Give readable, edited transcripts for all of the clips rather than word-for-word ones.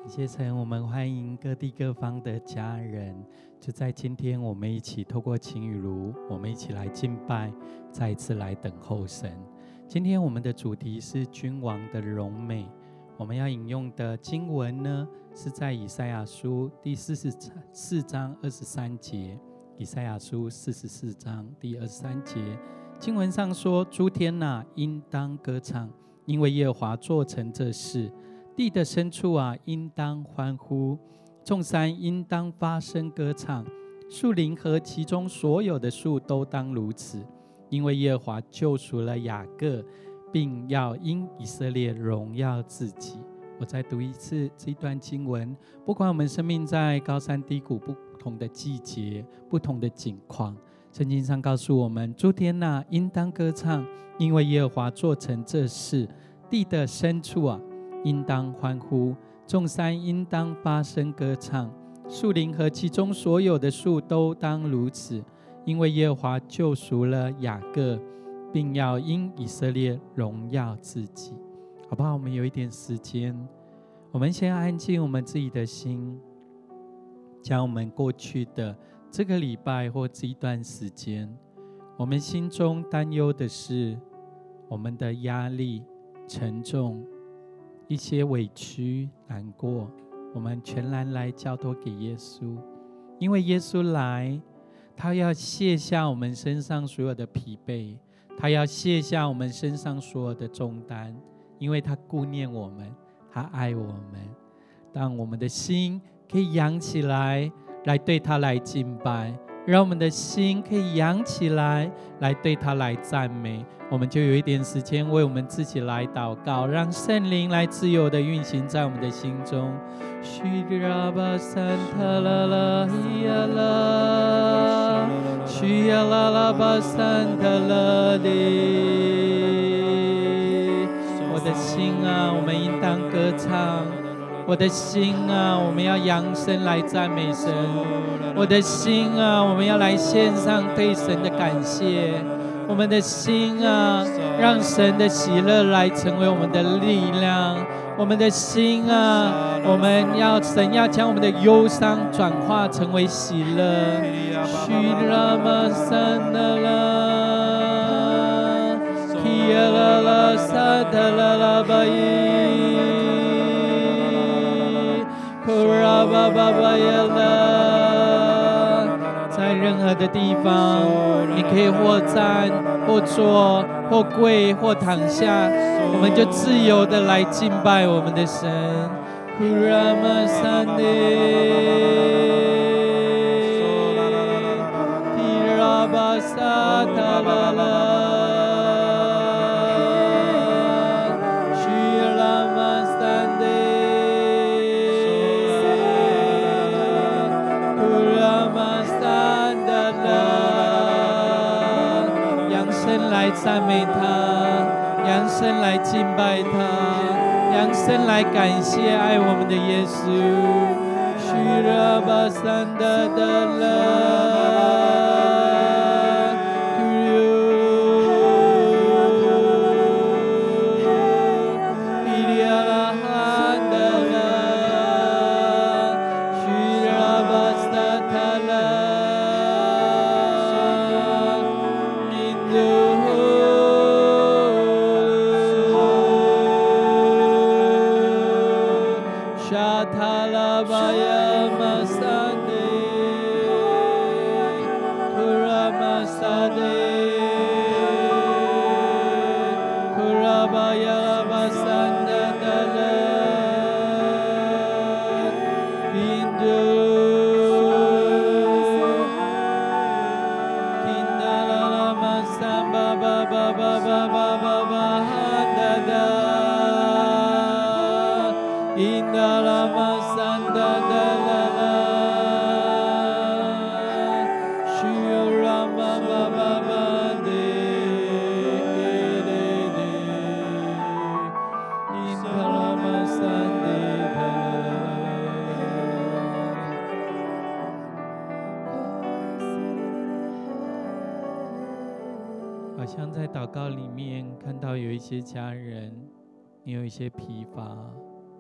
谢神，我们欢迎各地各方的家人，就在今天，我们一起透过晴雨如，我们一起来敬拜，再一次来等候神。今天我们的主题是君王的荣美，我们要引用的经文呢，是在以赛亚书第44章23节。以赛亚书44章第23节，经文上说：诸天哪，应当歌唱，因为耶和华做成这事。地的深处啊，应当欢呼；众山应当发声歌唱，树林和其中所有的树都当如此。因为耶和华救赎了雅各，并要因以色列荣耀自己。我再读一次这一段经文，不管我们生命在高山低谷，不同的季节，不同的景况，圣经上告诉我们：诸天哪，应当歌唱，因为耶和华做成这事。地的深处啊，应当欢呼；众山应当发声歌唱，树林和其中所有的树都当如此。因为耶和华救赎了雅各，并要因以色列荣耀自己。好不好？我们有一点时间，我们先安静我们自己的心，将我们过去的这个礼拜或这一段时间，我们心中担忧的事，我们的压力沉重，一些委屈难过，我们全然来交托给耶稣。因为耶稣来，他要卸下我们身上所有的疲惫，他要卸下我们身上所有的重担，因为他顾念我们，他爱我们。当我们的心可以扬起来，来对他来敬拜，让我们的心可以扬起来，来对他来赞美，我们就有一点时间为我们自己来祷告，让圣灵来自由的运行在我们的心中。我的心啊，我们应当歌唱；我的心啊，我们要扬声来赞美神；我的心啊，我们要来献上对神的感谢；我们的心啊，让神的喜乐来成为我们的力量；我们的心啊，我们要神要将我们的忧伤转化成为喜乐。在任何的地方，你可以或站或坐或跪或躺下，我们就自由的来敬拜我们的神。来赞美他，扬声来敬拜他，扬声来感谢爱我们的耶稣。好像在祷告里面看到有一些家人，你有一些疲乏，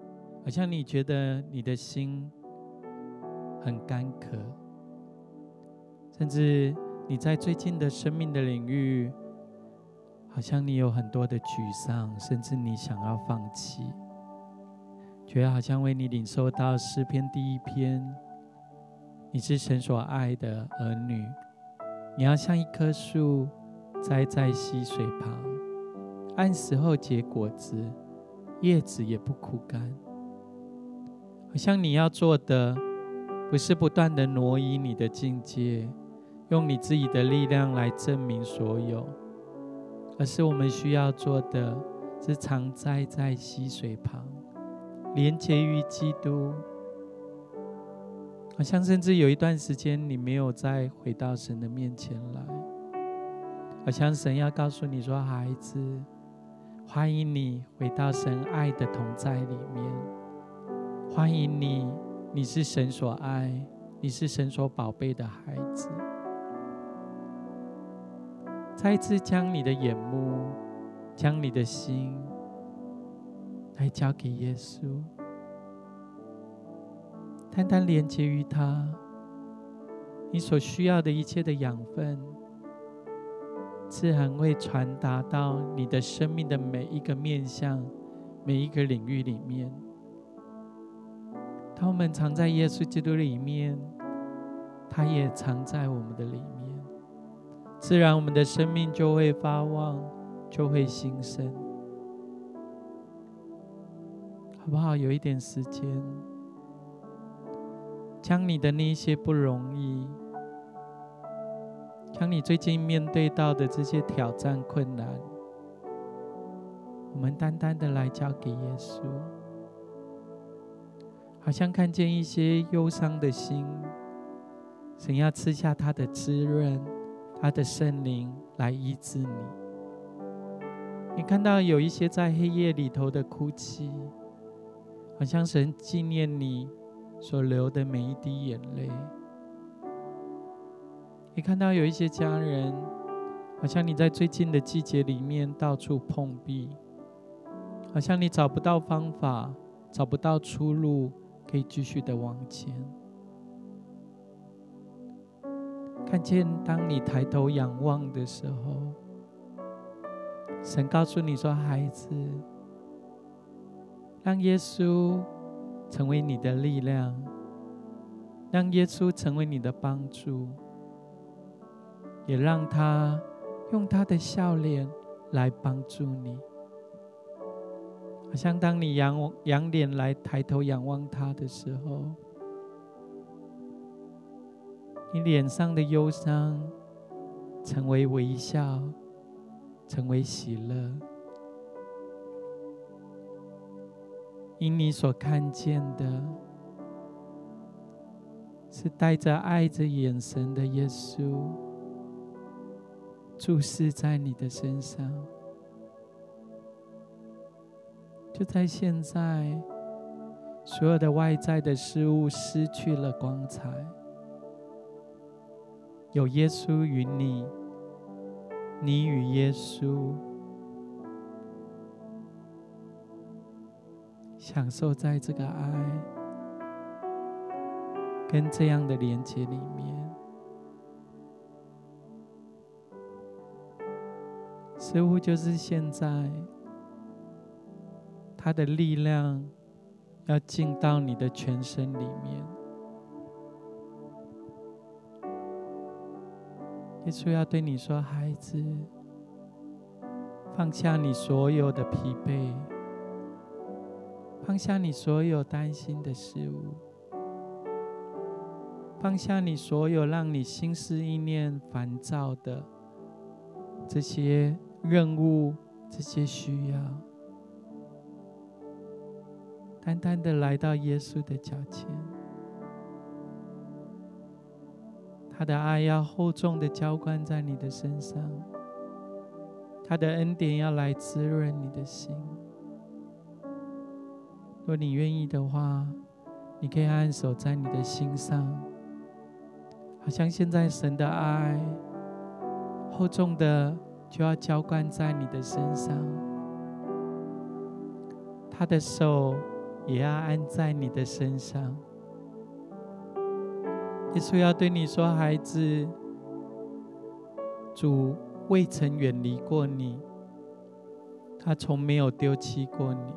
好像你觉得你的心很干渴，甚至你在最近的生命的领域，好像你有很多的沮丧，甚至你想要放弃，觉得好像为你领受到诗篇第1篇，你是神所爱的儿女，你要像一棵树栽在溪水旁，按时候结果子，叶子也不枯干。好像你要做的不是不断的挪移你的境界，用你自己的力量来证明所有，而是我们需要做的是常栽在溪水旁，连结于基督。好像甚至有一段时间你没有再回到神的面前来，好像神要告诉你说，孩子，欢迎你回到神爱的同在里面，欢迎你，你是神所爱，你是神所宝贝的孩子。再一次将你的眼目，将你的心来交给耶稣，单单连接于他，你所需要的一切的养分自然会传达到你的生命的每一个面向，每一个领域里面。当我们藏在耶稣基督里面，他也藏在我们的里面，自然我们的生命就会发旺，就会兴盛。好不好？有一点时间，将你的那些不容易，将你最近面对到的这些挑战困难，我们单单的来交给耶稣。好像看见一些忧伤的心，神要赐下他的滋润，他的圣灵来医治你。你看到有一些在黑夜里头的哭泣，好像神纪念你所流的每一滴眼泪。你看到有一些家人，好像你在最近的季节里面到处碰壁，好像你找不到方法，找不到出路，可以继续的往前。看见当你抬头仰望的时候，神告诉你说，孩子，让耶稣成为你的力量，让耶稣成为你的帮助，也让他用他的笑脸来帮助你。好像当你仰脸来抬头仰望他的时候，你脸上的忧伤成为微笑，成为喜乐。因你所看见的是带着爱着眼神的耶稣注视在你的身上。就在现在，所有的外在的事物失去了光彩，有耶稣与你，你与耶稣，享受在这个爱跟这样的连结里面，似乎就是现在他的力量要进到你的全身里面。耶稣要对你说，孩子，放下你所有的疲惫，放下你所有担心的事物，放下你所有让你心思意念烦躁的这些任务，这些需要，单单的来到耶稣的脚前。他的爱要厚重的浇灌在你的身上，他的恩典要来滋润你的心。若你愿意的话，你可以按手在你的心上，好像现在神的爱厚重的就要浇灌在你的身上。他的手也要安在你的身上。耶稣要对你说，孩子，主未曾远离过你，他从没有丢弃过你。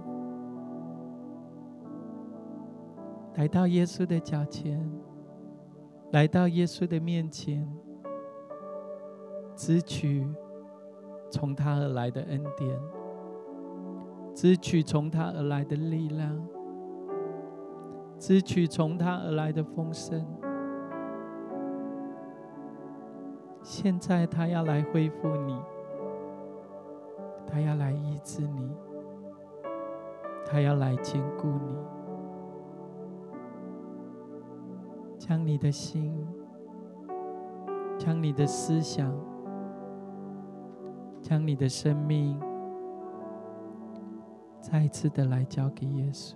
来到耶稣的脚前，来到耶稣的面前，支取从他而来的恩典，支取从他而来的力量，支取从他而来的丰盛。现在他要来恢复你，他要来医治你，他要来坚固你，将你的心，将你的思想，将你的生命再一次的来交给耶稣。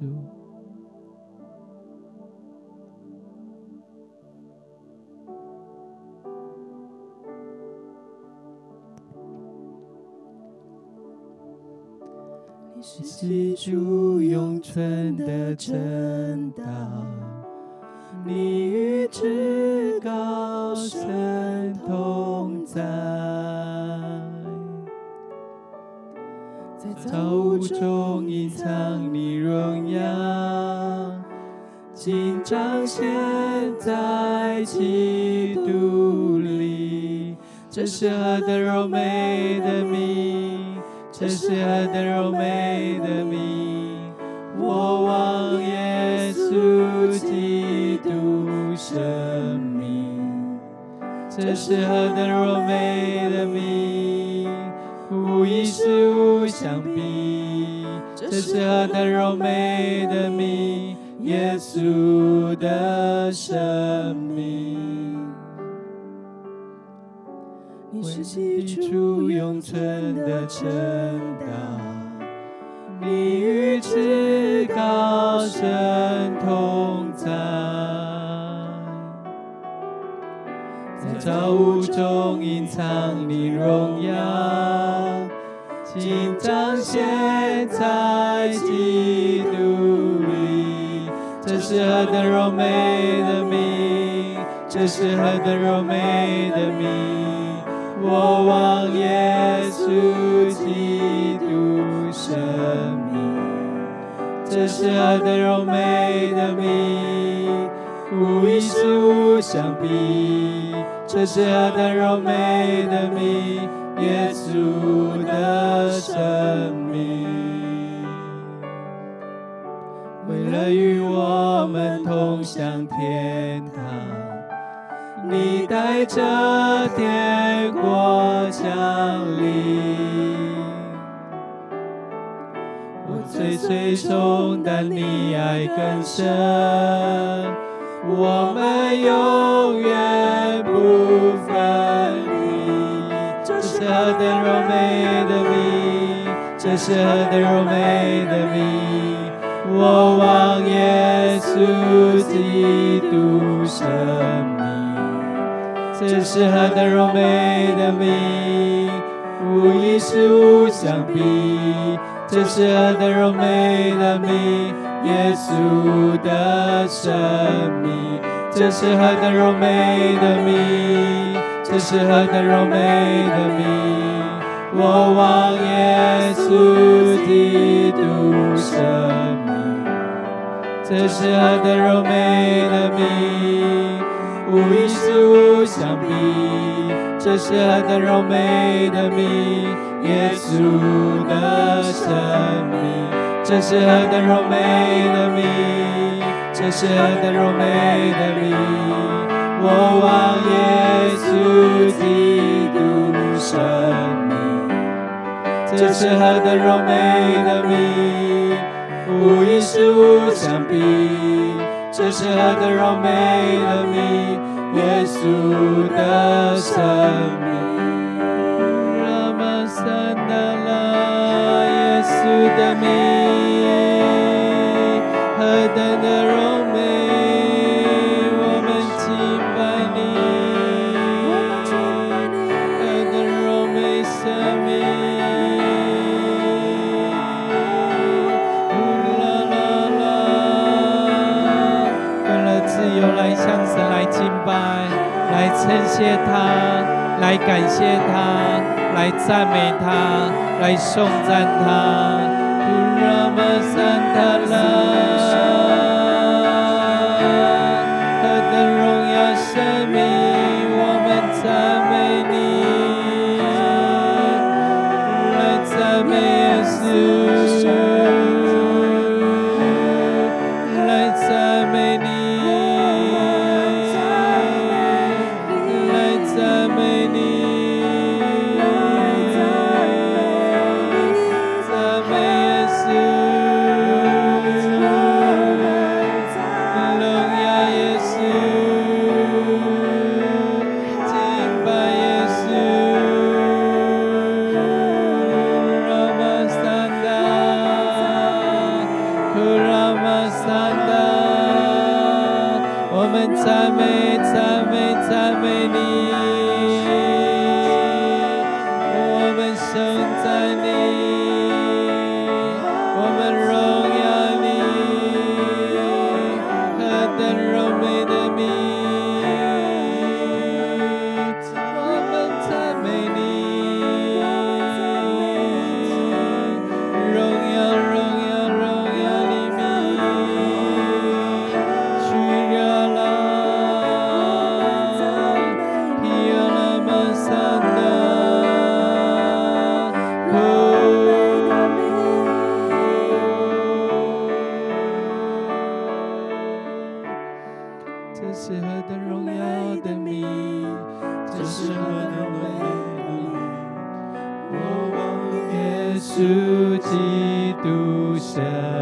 你是主永存的真道，你与至高神同在，在造物中隐藏你荣耀，今彰显在基督里。这是何等柔美的名，这是何等柔美的名，我望耶稣基督生命。这是何等柔美的名，无一事无相比。这是何等柔美的名，耶稣的生命。你是起初永存的真道，你与至高神同在，在造物中隐藏你荣耀，今彰显在基督里。这是何等柔美的名，这是何等柔美的名，我望耶稣基督生命。这是何等柔美的名，无一事无相比。这是何等柔美的名，耶稣的生命。为了与我们同享天堂，你带着天国降临，我岁岁重担你爱更深，我们永远不分离。这是何等柔美的名，这是何等柔美的名，我望耶稣基督生命。这是何等柔美的名，无一事无相比。这是何等柔美的名，耶稣的生命。这是何等柔美的名，这是何等柔美的名，我望耶稣基督生命。这是何等柔美的名，无一事无相比。这是何等柔美的名，耶稣的生命。这是何等柔美的名，这是何等柔美的名，我望耶稣基督生命。这是何等柔美的名，无一事无相比。这是何等柔美的名，耶稣的生命。拉玛萨那拉，耶稣的名，何等的柔美，我们敬拜你，何等柔美生命。啦啦啦。 拜，来称谢他，来感谢他，来赞美他，来颂赞他。何等荣耀生命，我们赞美你，来赞美耶稣，来赞美你，来赞美你。赞美赞美赞美你，我们颂赞你，我们荣耀你，何等柔美的名，我们赞美你，荣耀荣耀荣耀你名，去了啦。这是何等荣耀的名，这是何等美的名，我望耶稣基督生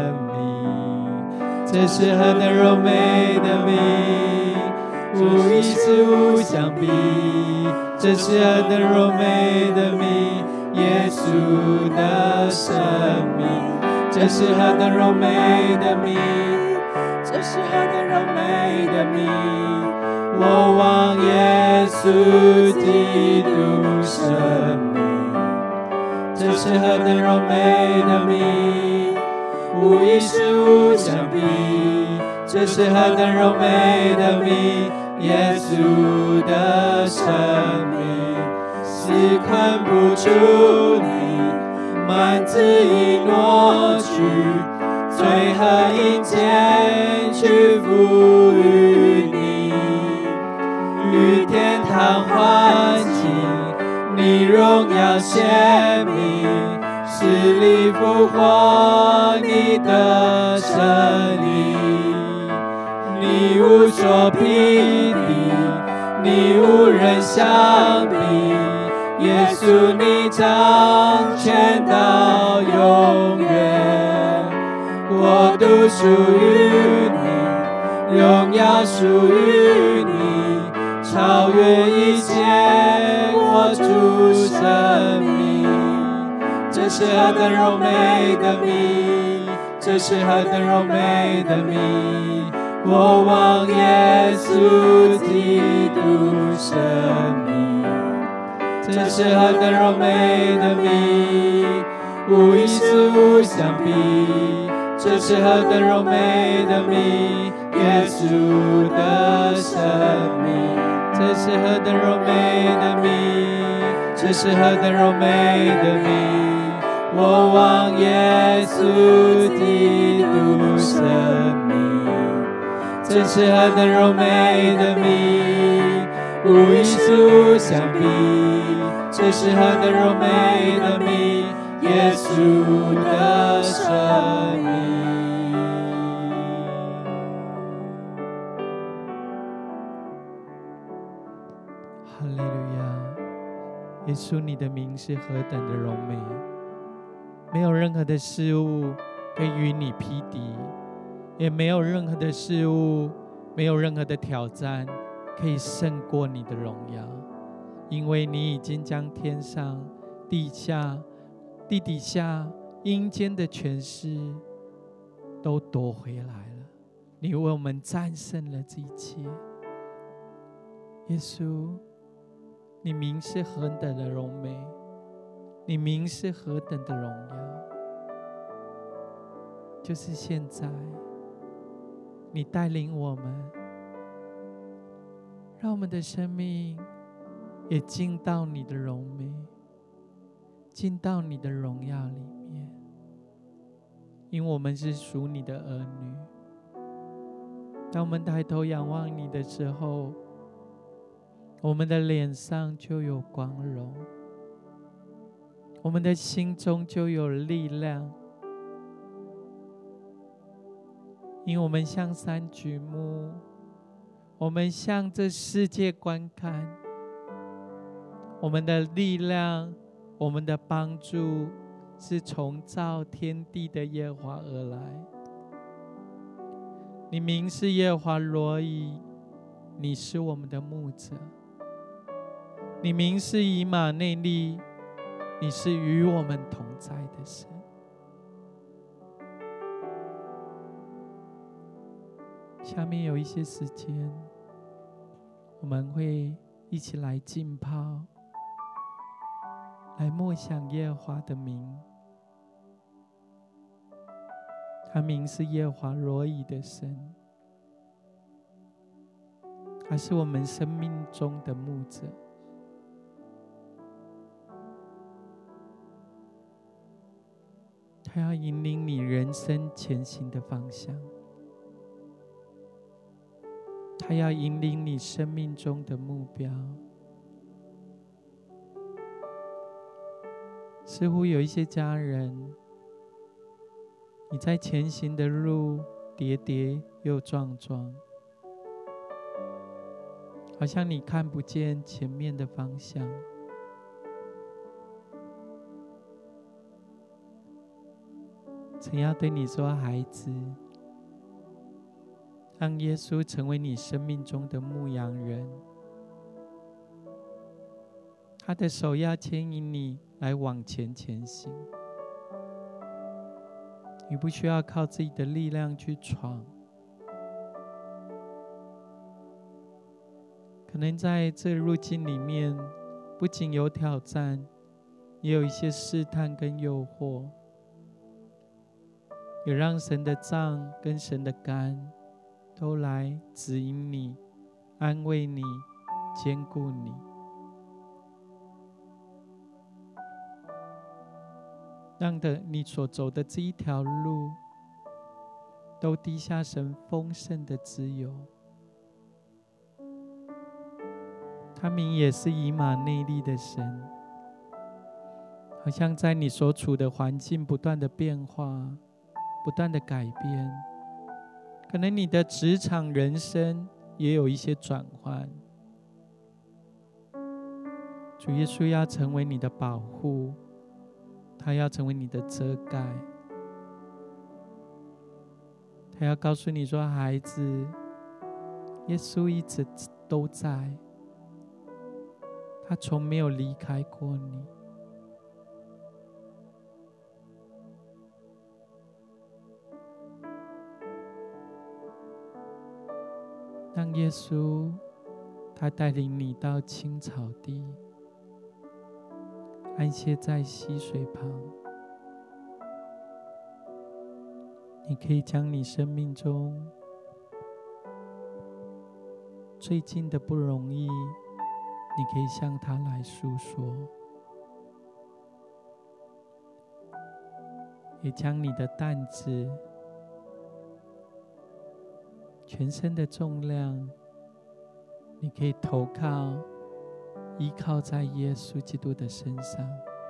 命。这是何等柔美的名，无一事无相比。这是何等柔美的名，耶稣的生命。这是何等柔美的名，这是何等柔美的名，我望耶稣基督生命。这是何等柔美的名，无一事无相比。这是何等柔美的名，耶稣的生命。是困不住你，幔子已挪去，罪和阴间屈服于你，与天堂欢庆，你荣耀显明，使你复活你的真理，你无所匹敌，你无人相比。耶稣，你掌权到永远，国度属于你，荣耀属于你，超越一切我主生命。这是何等柔美的名，这是何等柔美的名，我望耶稣基督生命。这是何等柔美的名，无一事无相比。这是何等柔美的名，耶稣的生命。这是何等柔美的名，这是何等柔美的名，我望耶稣基督生命。这是何等柔美的名，无一事无相比。这是何等柔美的名，耶稣的生命。哈利路亚！耶稣，你的名是何等的柔美，没有任何的事物可以与你匹敌，也没有任何的事物，没有任何的挑战可以胜过你的荣耀。因为你已经将天上、地下、地底下、阴间的权势都夺回来了，你为我们战胜了这一切。耶稣，你名是何等的荣美，你名是何等的荣耀。就是现在，你带领我们， 让我们的生命也进到你的荣美，进到你的荣耀里面，因为我们是属你的儿女。当我们抬头仰望你的时候，我们的脸上就有光荣，我们的心中就有力量，因为我们向山举目，我们向这世界观看，我们的力量，我们的帮助是从造天地的耶和华而来。你名是耶和华罗以，你是我们的牧者。你名是以马内利，你是与我们同在的神。下面有一些时间，我们会一起来浸泡，来默想耶和华的名。他名是耶和华罗以的神，他是我们生命中的牧者。他要引领你人生前行的方向，他要引领你生命中的目标。似乎有一些家人，你在前行的路跌跌又撞撞，好像你看不见前面的方向。曾要对你说，孩子，让耶稣成为你生命中的牧羊人，他的手要牵引你来往前行。你不需要靠自己的力量去闯，可能在这路径里面，不仅有挑战，也有一些试探跟诱惑，也让神的杖跟神的竿都来指引你、安慰你、坚固你。让你所走的这一条路都滴下神丰盛的滋油。他名也是以马内利的神，好像在你所处的环境不断的变化，不断的改变，可能你的职场人生也有一些转换。主耶稣要成为你的保护，他要成为你的遮盖，他要告诉你说，孩子，耶稣一直都在，他从没有离开过你。让耶稣他带领你到青草地，安歇在溪水旁。你可以将你生命中最近的不容易，你可以向他来诉说，也将你的担子、全身的重量，你可以投靠、依靠在耶稣基督的身上。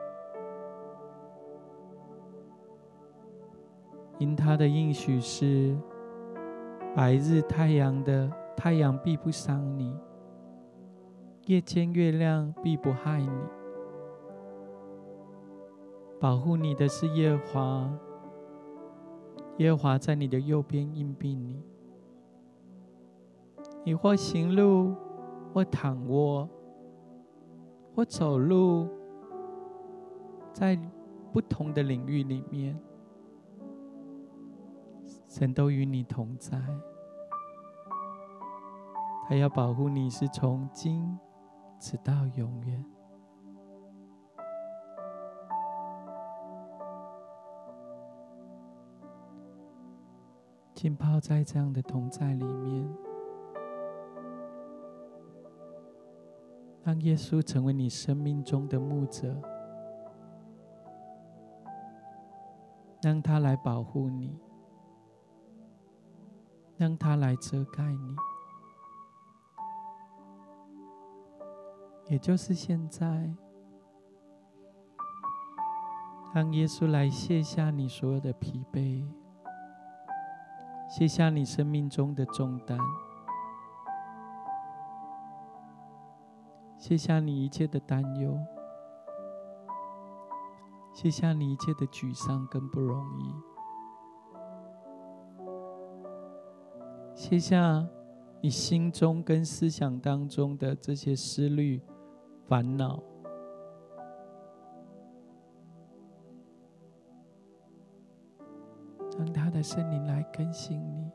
因他的应许是，白日太阳必不伤你，夜间月亮必不害你。保护你的是耶和华，耶和华在你的右边荫庇你。你或行路，或躺卧，或走路，在不同的领域里面，神都与你同在。他要保护你，是从今直到永远。浸泡在这样的同在里面， 让耶稣成为你生命中的牧者，让他来保护你，让他来遮盖你。也就是现在，让耶稣来卸下你所有的疲惫，卸下你生命中的重担，卸下你一切的担忧，卸下你一切的沮丧跟不容易，卸下你心中跟思想当中的这些思虑、烦恼。让他的圣灵来更新你，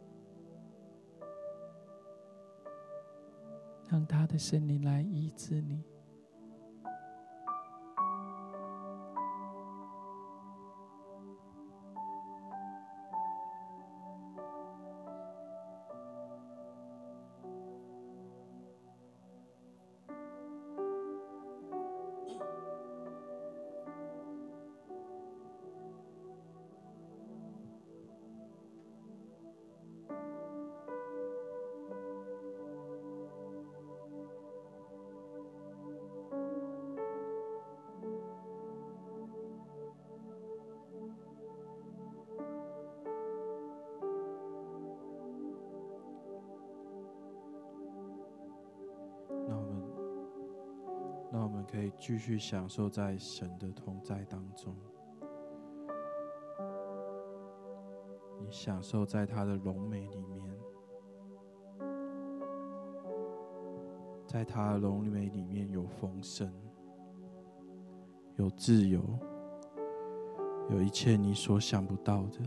让他的圣灵来医治你。 那我们可以继续享受在神的同在当中，你享受在他的荣美里面，在他的荣美里面有丰盛，有自由，有一切你所想不到的。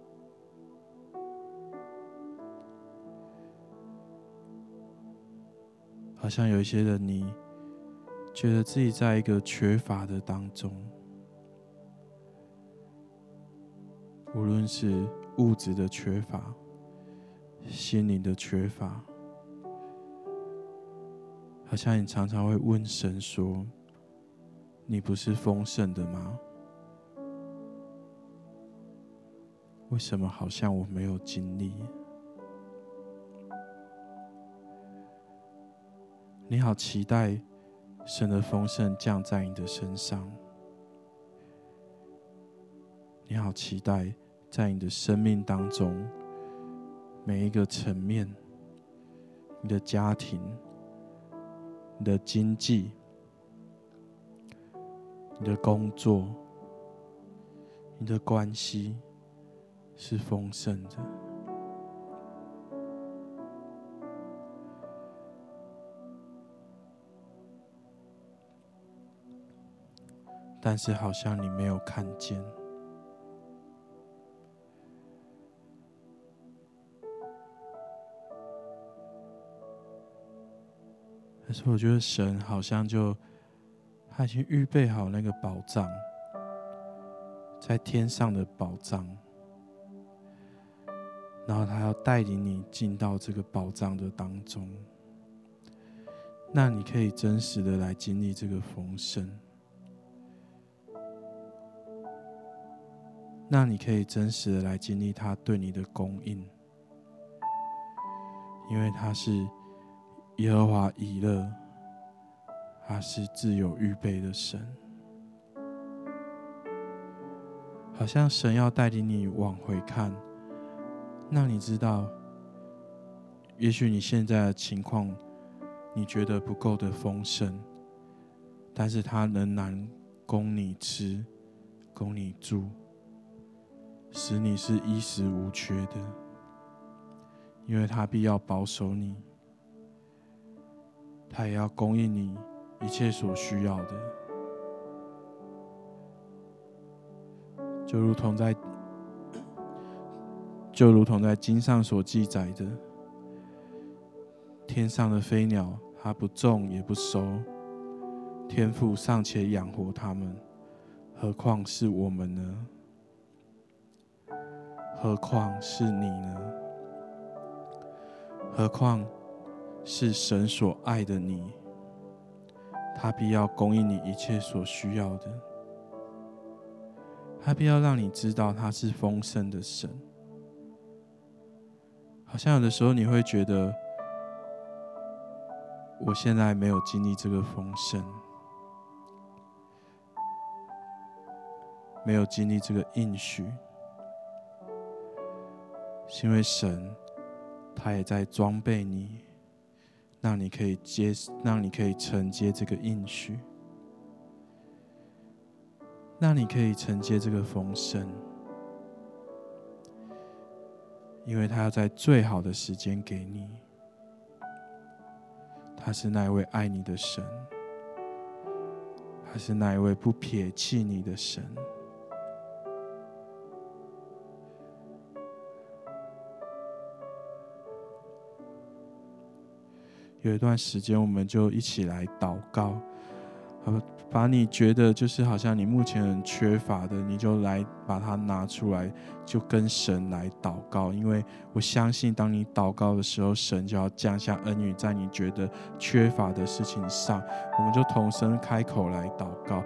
好像有一些人，你觉得自己在一个缺乏的当中，无论是物质的缺乏、心灵的缺乏，好像你常常会问神说：“你不是丰盛的吗？为什么好像我没有经历？”你好期待神的丰盛降在你的身上，你好期待在你的生命当中每一个层面，你的家庭、你的经济、你的工作、你的关系是丰盛的。但是好像你没有看见，但是我觉得神好像他已经预备好那个宝藏，在天上的宝藏，然后他要带领你进到这个宝藏的当中，那你可以真实的来经历这个丰盛。那你可以真实的来经历他对你的供应，因为他是耶和华以勒，他是自有预备的神。好像神要带领你往回看，让你知道，也许你现在的情况你觉得不够的丰盛，但是他仍然供你吃，供你住，使你是衣食无缺的，因为他必要保守你，他也要供应你一切所需要的。就如同在经上所记载的，天上的飞鸟它不种也不收，天父尚且养活它们，何况是我们呢？何况是你呢？何况是神所爱的你？ 他必要供应你一切所需要的，他必要让你知道他是丰盛的神。好像有的时候你会觉得，我现在没有经历这个丰盛，没有经历这个应许，是因为神他也在装备你，让你可以承接这个应许，让你可以承接这个丰盛，因为他要在最好的时间给你。他是那一位爱你的神，他是那一位不撇弃你的神。有一段时间，我们就一起来祷告，把你觉得就是好像你目前很缺乏的，你就来把它拿出来，就跟神来祷告。因为我相信，当你祷告的时候，神就要降下恩雨在你觉得缺乏的事情上。我们就同声开口来祷告。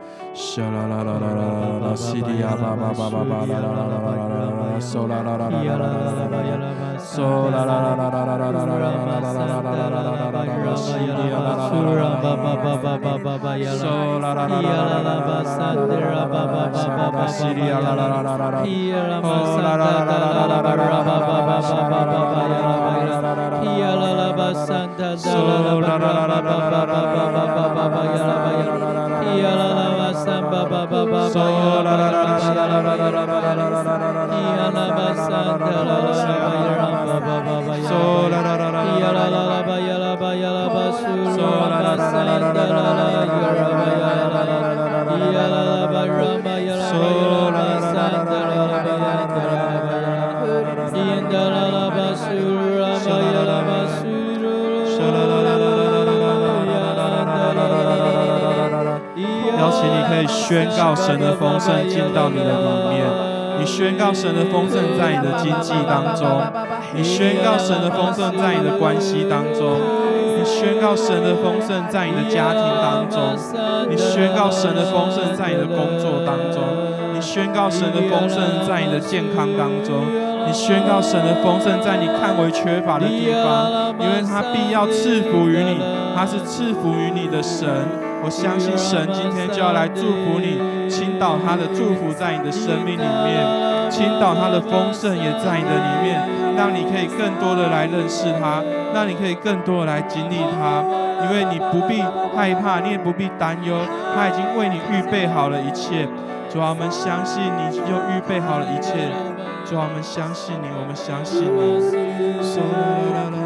邀请你可以宣告神的丰盛进到你的里面，你宣告神的丰盛在你的经济当中，你宣告神的丰盛在你的关系当中，你宣告神的丰盛在你的家庭当中，你宣告神的丰盛在你的工作当中，你宣告神的丰盛在你的健康当中，你宣告神的丰盛在你看为缺乏的地方，因为他必要赐福于你，他是赐福于你的神。我相信神今天就要来祝福你，倾倒他的祝福在你的生命里面，倾倒他的丰盛也在你的里面，让你可以更多的来认识他，让你可以更多的来经历他。因为你不必害怕，你也不必担忧，他已经为你预备好了一切。主啊，我们相信你就预备好了一切。主啊，我们相信你，我们相信你。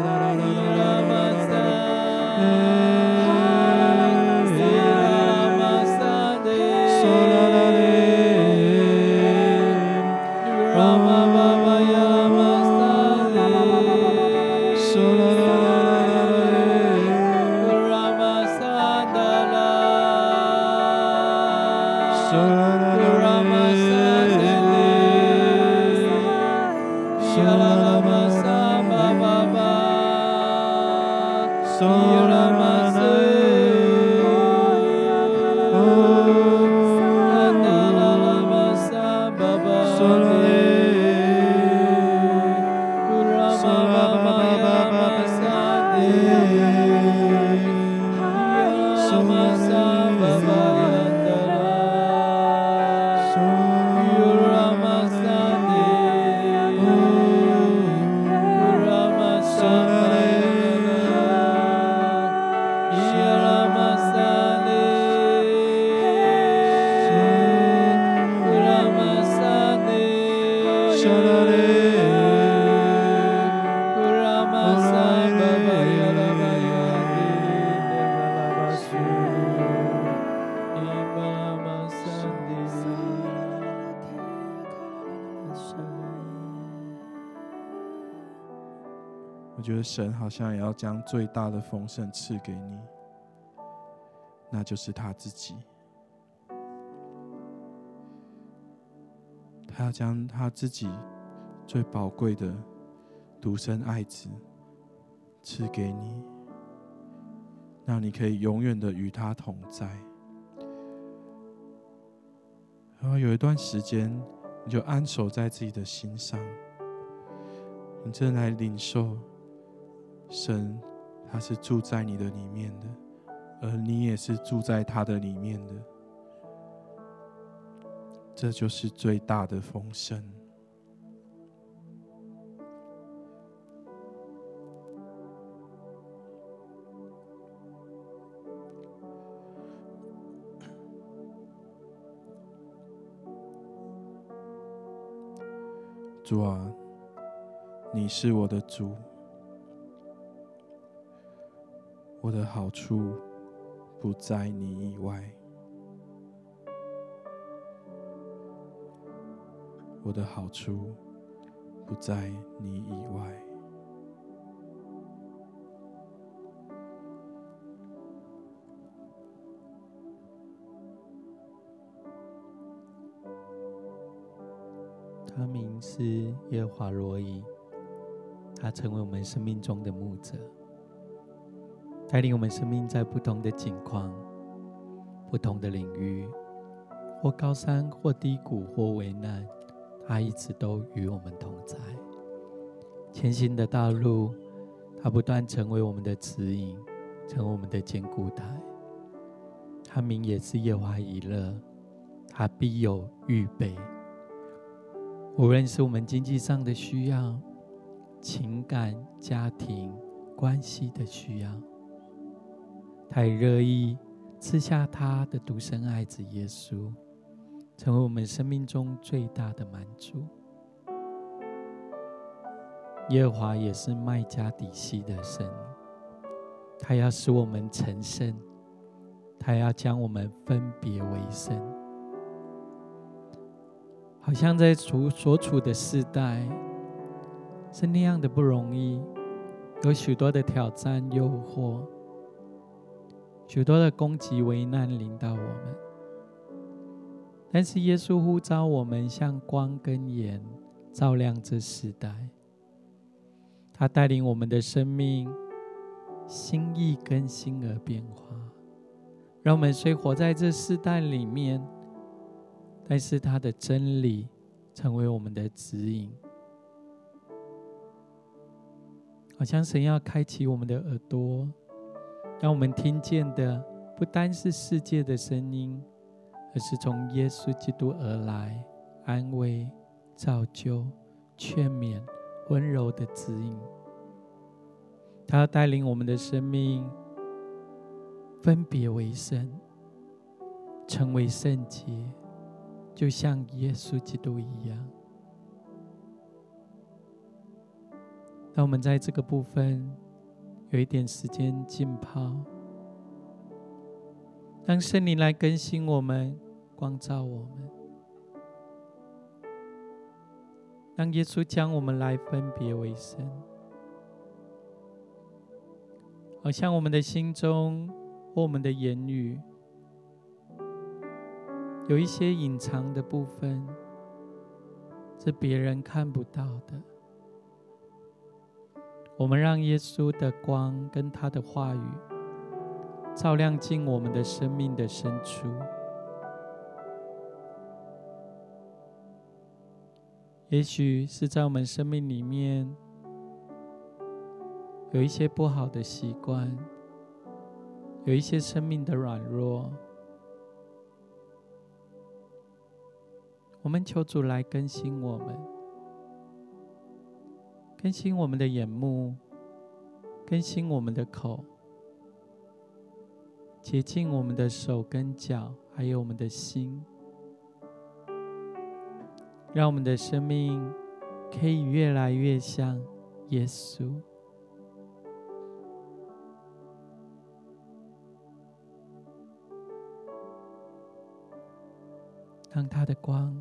我觉得神好像也要将最大的丰盛赐给你，那就是他自己。他要将他自己最宝贵的独生爱子赐给你， 让你可以永远的与他同在。然后有一段时间，你就安守在自己的心上，你正来领受神，他是住在你的里面的，而你也是住在他的里面的。这就是最大的丰盛。主啊，你是我的主，我的好处不在你以外，我的好处不在你以外。 他名是耶和华罗以，他成为我们生命中的牧者，带领我们生命在不同的境况、不同的领域，或高山，或低谷，或危难，他一直都与我们同在。前行的道路，他不断成为我们的指引，成为我们的坚固台。他名也是耶和华以勒，他必有预备。无论是我们经济上的需要、情感、家庭关系的需要，他也乐意赐下他的独生爱子耶稣，成为我们生命中最大的满足。耶和华也是麦加底细的神，他要使我们成圣，他要将我们分别为圣。好像在所处的世代是那样的不容易，有许多的挑战、诱惑，许多的攻击、危难临到我们。但是耶稣呼召我们像光跟盐，照亮这世代。他带领我们的生命心意更新而变化，让我们虽活在这世代里面，但是他的真理成为我们的指引。好像神要开启我们的耳朵，让我们听见的不单是世界的声音，而是从耶稣基督而来，安慰、造就、劝勉、温柔的指引。他要带领我们的生命分别为圣，成为圣洁，就像耶稣基督一样。当我们在这个部分有一点时间浸泡，让圣灵来更新我们，光照我们，让耶稣将我们来分别为圣。好像我们的心中或我们的言语有一些隐藏的部分，是别人看不到的。我们让耶稣的光跟他的话语照亮进我们的生命的深处。也许是在我们生命里面有一些不好的习惯，有一些生命的软弱，我们求主来更新我们，更新我们的眼目，更新我们的口，洁净我们的手跟脚，还有我们的心，让我们的生命可以越来越像耶稣。当他的光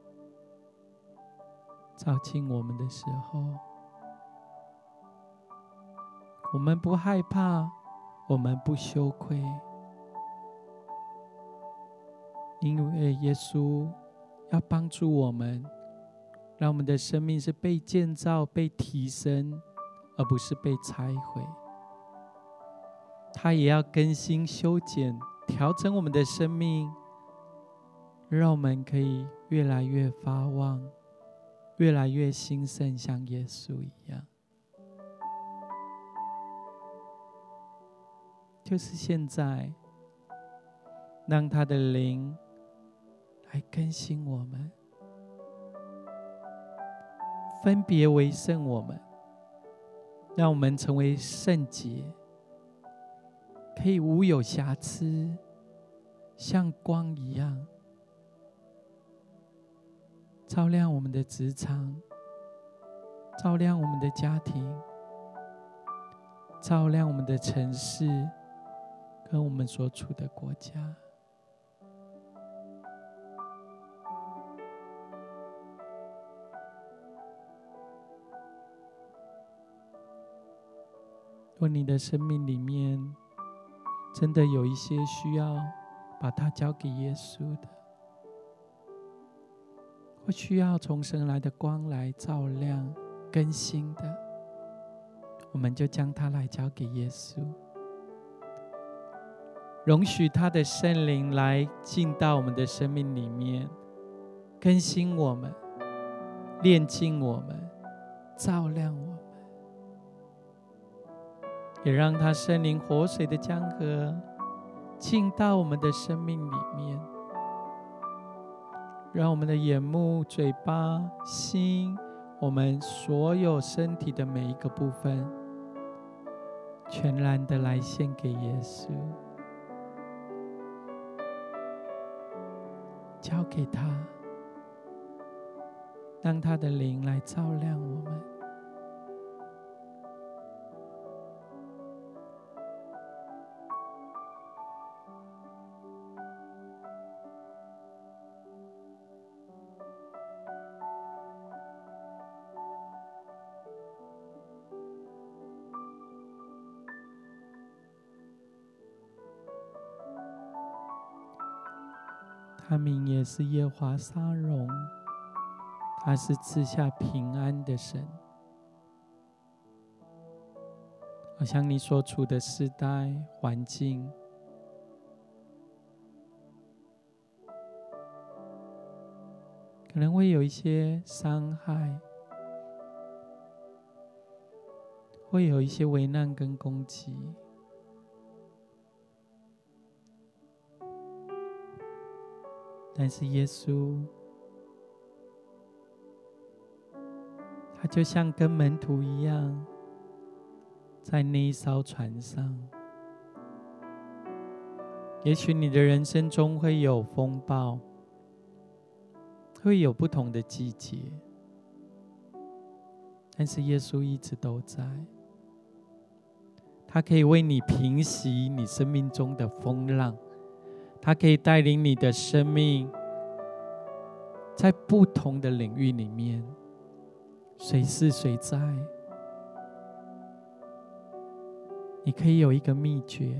照进我们的时候，我们不害怕，我们不羞愧，因为耶稣要帮助我们，让我们的生命是被建造、被提升，而不是被拆毁。 他也要更新、修剪、调整我们的生命，让我们可以越来越发旺，越来越兴盛，像耶稣一样。就是现在，让他的灵来更新我们，分别为圣我们，让我们成为圣洁，可以无有瑕疵，像光一样照亮我们的职场，照亮我们的家庭，照亮我们的城市跟我们所处的国家。若你的生命里面真的有一些需要把它交给耶稣的，或需要从神来的光来照亮更新的，我们就将它来交给耶稣，容许他的圣灵来进到我们的生命里面，更新我们，炼净我们，照亮我们，也让他圣灵活水的江河进到我们的生命里面，让我们的眼目、嘴巴、心，我们所有身体的每一个部分，全然的来献给耶稣，交给他，让他的灵来照亮我们。他名也是耶和华沙龙，他是赐下平安的神。好像你所处的世代环境，可能会有一些伤害，会有一些危难跟攻击，但是耶稣，他就像跟门徒一样，在那一艘船上。也许你的人生中会有风暴，会有不同的季节，但是耶稣一直都在。他可以为你平息你生命中的风浪，他可以带领你的生命在不同的领域里面随时随在。你可以有一个秘诀，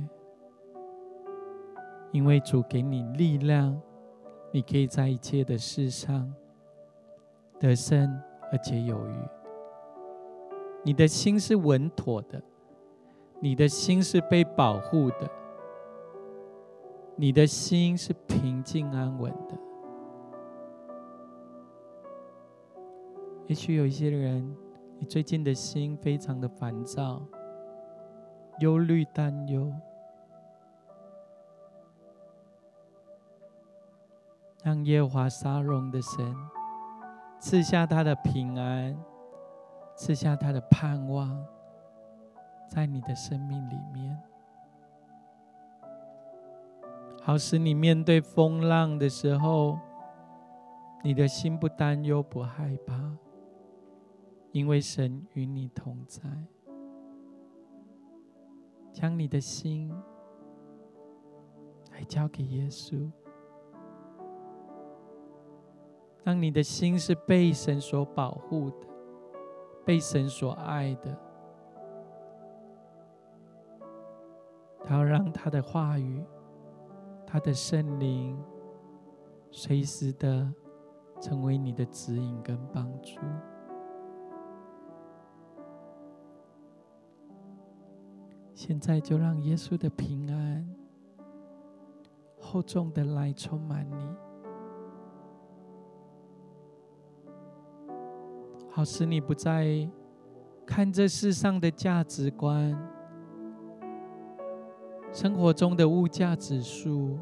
因为主给你力量，你可以在一切的事上得胜而且有余。你的心是稳妥的，你的心是被保护的，你的心是平静安稳的。也许有一些人，你最近的心非常的烦躁、忧虑、担忧，让耶和华沙龙的神赐下他的平安，赐下他的盼望，在你的生命里面，好使你面对风浪的时候，你的心不担忧、不害怕，因为神与你同在。将你的心来交给耶稣，让你的心是被神所保护的，被神所爱的。他要让他的话语、他的圣灵随时的成为你的指引跟帮助。 现在就让耶稣的平安厚重的来充满你，好使你不再看这世上的价值观、生活中的物价指数、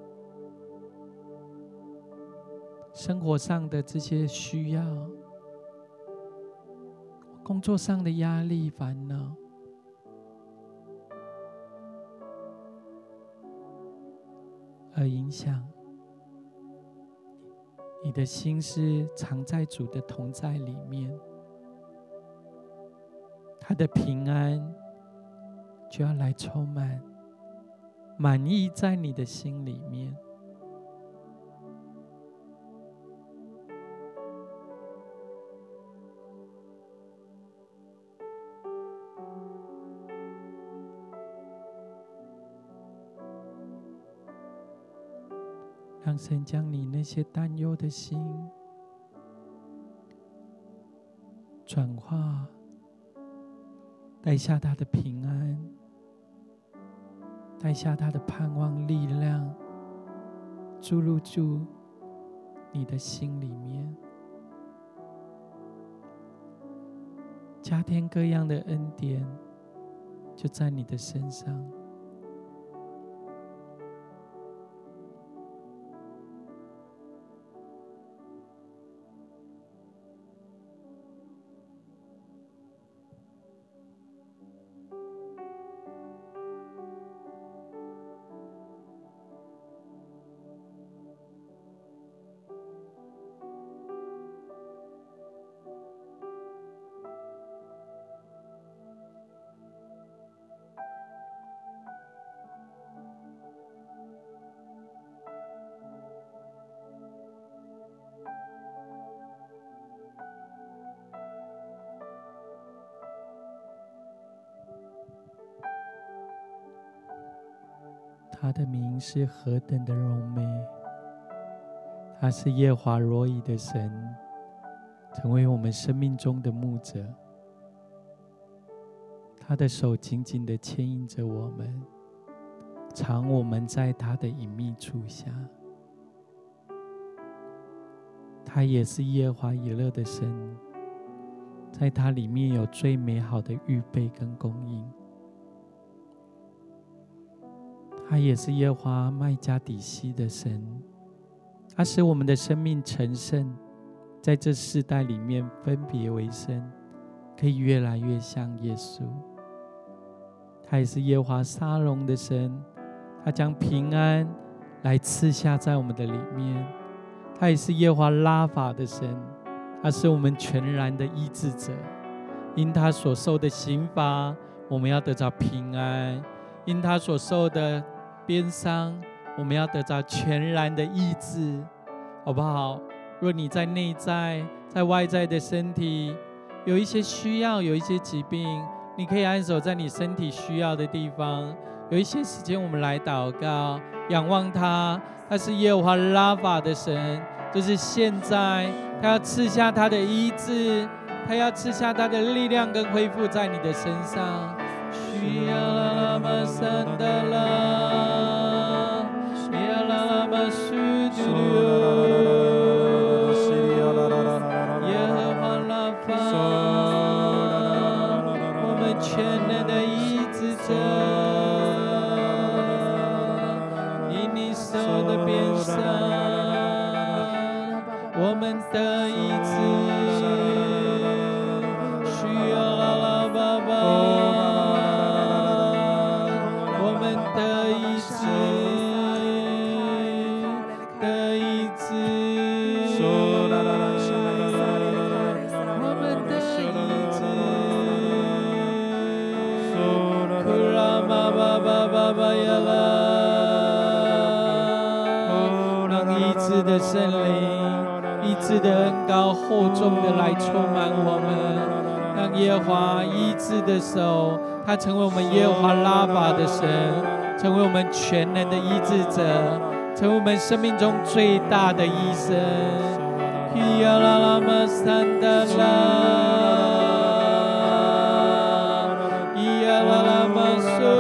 生活上的这些需要、工作上的压力、烦恼，而影响你的心是藏在主的同在里面，他的平安就要来充满，满意在你的心里面。让神将你那些担忧的心转化，带下他的平安，带下他的盼望力量，注入你的心里面，加添各样的恩典就在你的身上。他的名是何等的柔美，他是耶和华罗以的神，成为我们生命中的牧者。他的手紧紧地牵引着我们，藏我们在他的隐秘处下。他也是耶和华以勒的神，在他里面有最美好的预备跟供应。他也是耶和华麦加底西的神，他使我们的生命成圣，在这世代里面分别为圣，可以越来越像耶稣。他也是耶和华沙龙的神，他将平安来赐下在我们的里面。他也是耶和华拉法的神，他是我们全然的医治者。因他所受的刑罚，我们要得着平安；因他所受的鞭伤，我们要得着全然的医治，好不好？若你在内在、在外在的身体有一些需要，有一些疾病，你可以安守在你身体需要的地方。有一些时间，我们来祷告，仰望他。他是耶和华拉法的神，就是现在，他要赐下他的医治，他要赐下他的力量跟恢复在你的身上。需要啦啦嘛三达啦，需要啦啦嘛苏嘟嘟，耶和华拉法，我们全能的医治者，因你手的鞭伤，我们得医治。需要啦啦爸爸。让医治的圣灵、医治的恩膏厚重的来充满我们，让耶和华医治的手，他成为我们耶和华拉法的神，成为我们全能的医治者，成为我们生命中最大的医生。伊呀啦啦嘛嗦。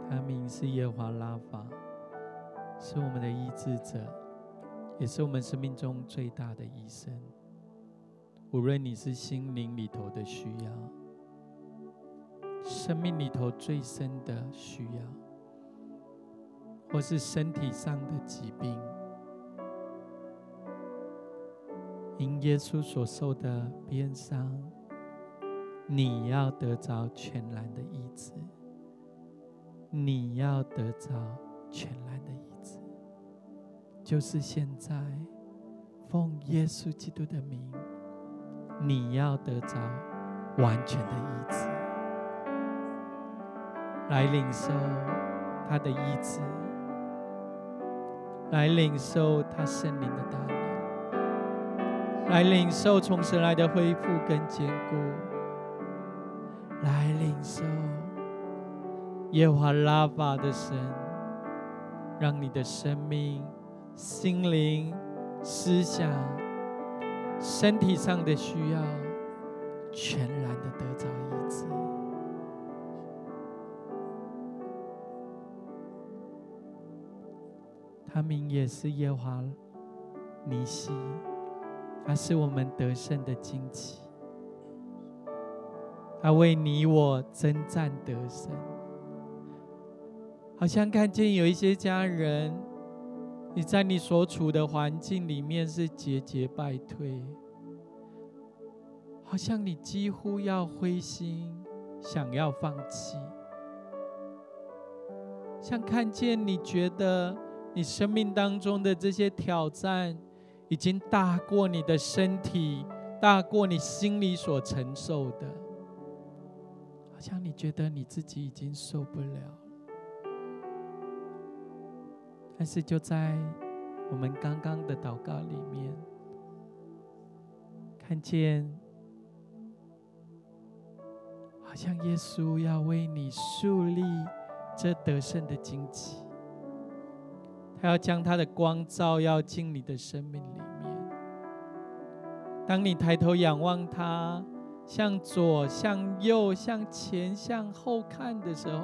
他名是耶和华拉法，是我们的医治者，也是我们生命中最大的医生。无论你是心灵里头的需要，生命里头最深的需要，或是身体上的疾病，因耶稣所受的鞭伤，你要得着全然的医治，你要得着全然的医治，就是现在，奉耶稣基督的名，你要得着完全的医治，来领受他的医治，来领受他圣灵的大能，来领受从神来的恢复跟坚固，来领受耶和华拉法的神，让你的生命、心灵、思想、身体上的需要全然的得着医治。他名也是耶和华尼西，他是我们得胜的旌旗，他为你我征战得胜。好像看见有一些家人，你在你所处的环境里面是节节败退，好像你几乎要灰心，想要放弃。像看见你觉得你生命当中的这些挑战已经大过你的身体，大过你心里所承受的，好像你觉得你自己已经受不了。但是就在我们刚刚的祷告里面，看见好像耶稣要为你树立这得胜的旌旗，他要将他的光照耀进你的生命里面。当你抬头仰望他，向左向右向前向后看的时候，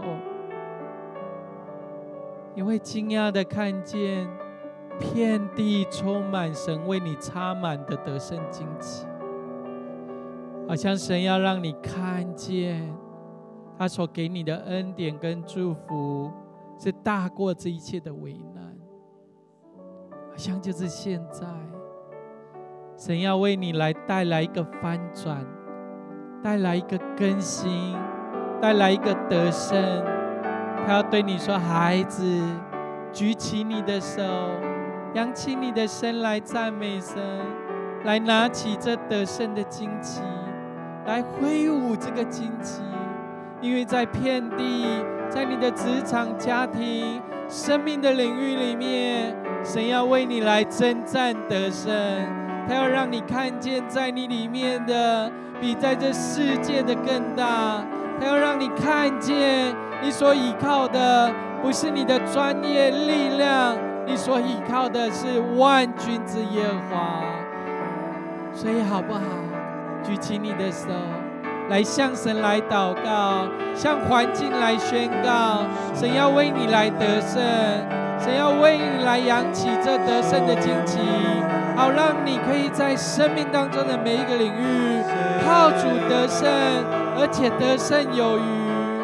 你会惊讶地看见遍地充满神为你插满的得胜旌旗，好像神要让你看见他所给你的恩典跟祝福是大过这一切的危难。好像就是现在，神要为你来带来一个翻转，带来一个更新，带来一个得胜。他要对你说，孩子，举起你的手，扬起你的身来赞美神，来拿起这得胜的旌旗，来挥舞这个旌旗。因为在遍地，在你的职场、家庭、生命的领域里面，神要为你来征战得胜。他要让你看见在你里面的比在这世界的更大。他要让你看见你所依靠的不是你的专业力量，你所依靠的是万军之耶和华。所以好不好，举起你的手来向神来祷告，向环境来宣告，神要为你来得胜，神要为你来扬起这得胜的旌旗，好让你可以在生命当中的每一个领域靠主得胜，而且得胜有余。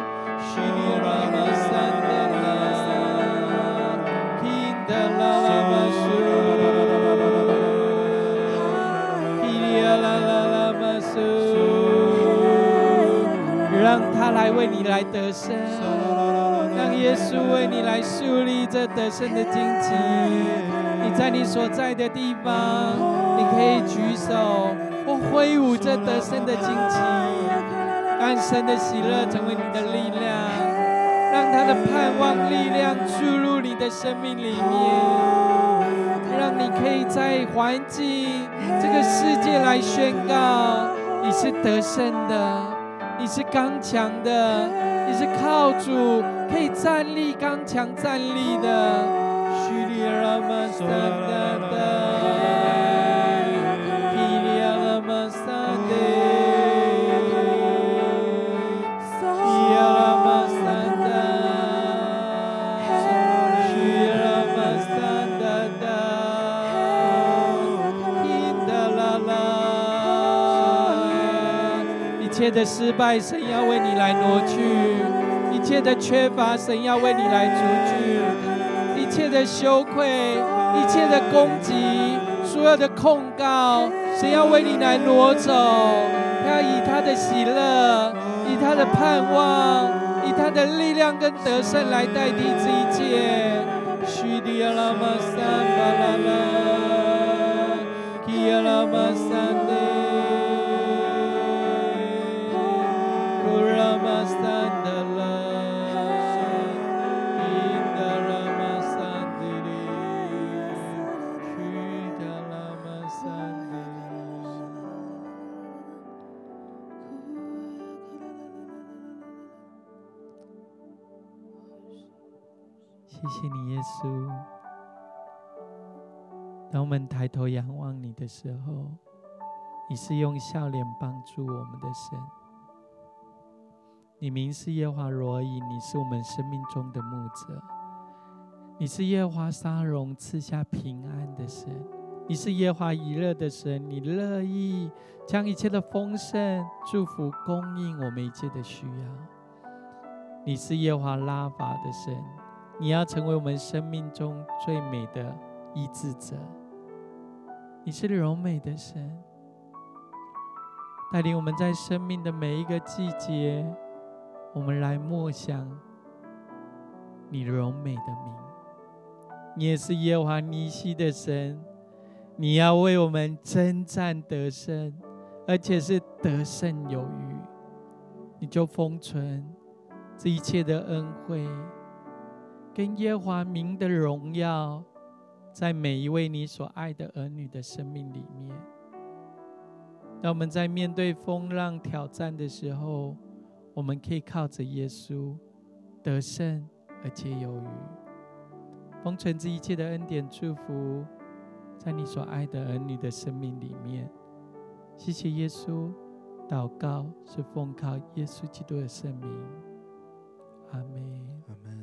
让他来为你来得胜，让耶稣为你来树立这得胜的旌旗。你在你所在的地方，你可以举手或挥舞这得胜的旌旗，让神的喜乐成为你的力量，让他的盼望力量注入你的生命里面，让你可以在环境这个世界来宣告，你是得胜的，你是刚强的，你是靠主可以站立刚强站立的。 切的失败，神要为你来挪去；一切的缺乏，神要为你来除去；一切的羞愧，一切的攻击，所有的控告，神要为你来挪走。他要以他的喜乐，以他的盼望，以他的力量跟得胜来代替这一切。虚迪阿拉玛三巴拉拉，基阿拉玛三的，库拉玛三的拉，伊达拉玛三的里，虚达拉玛三的。谢谢你，耶稣。当我们抬头仰望你的时候，你是用笑脸帮助我们的神。你名是耶和华罗以，你是我们生命中的牧者。你是耶和华沙龙赐下平安的神。你是耶和华以勒的神，你乐意将一切的丰盛、祝福供应我们一切的需要。你是耶和华拉法的神，你要成为我们生命中最美的医治者。你是柔美的神，带领我们在生命的每一个季节，我们来默想你柔美的名。你也是耶和华尼西的神，你要为我们征战得胜，而且是得胜有余。你就封存这一切的恩惠跟耶和华名的荣耀，在每一位你所爱的儿女的生命里面。让我们在面对风浪挑战的时候，我们可以靠着耶稣得胜而且有余。封存这一切的恩典祝福在你所爱的儿女的生命里面。谢谢耶稣，祷告是奉靠耶稣基督的圣名，阿们。 阿们。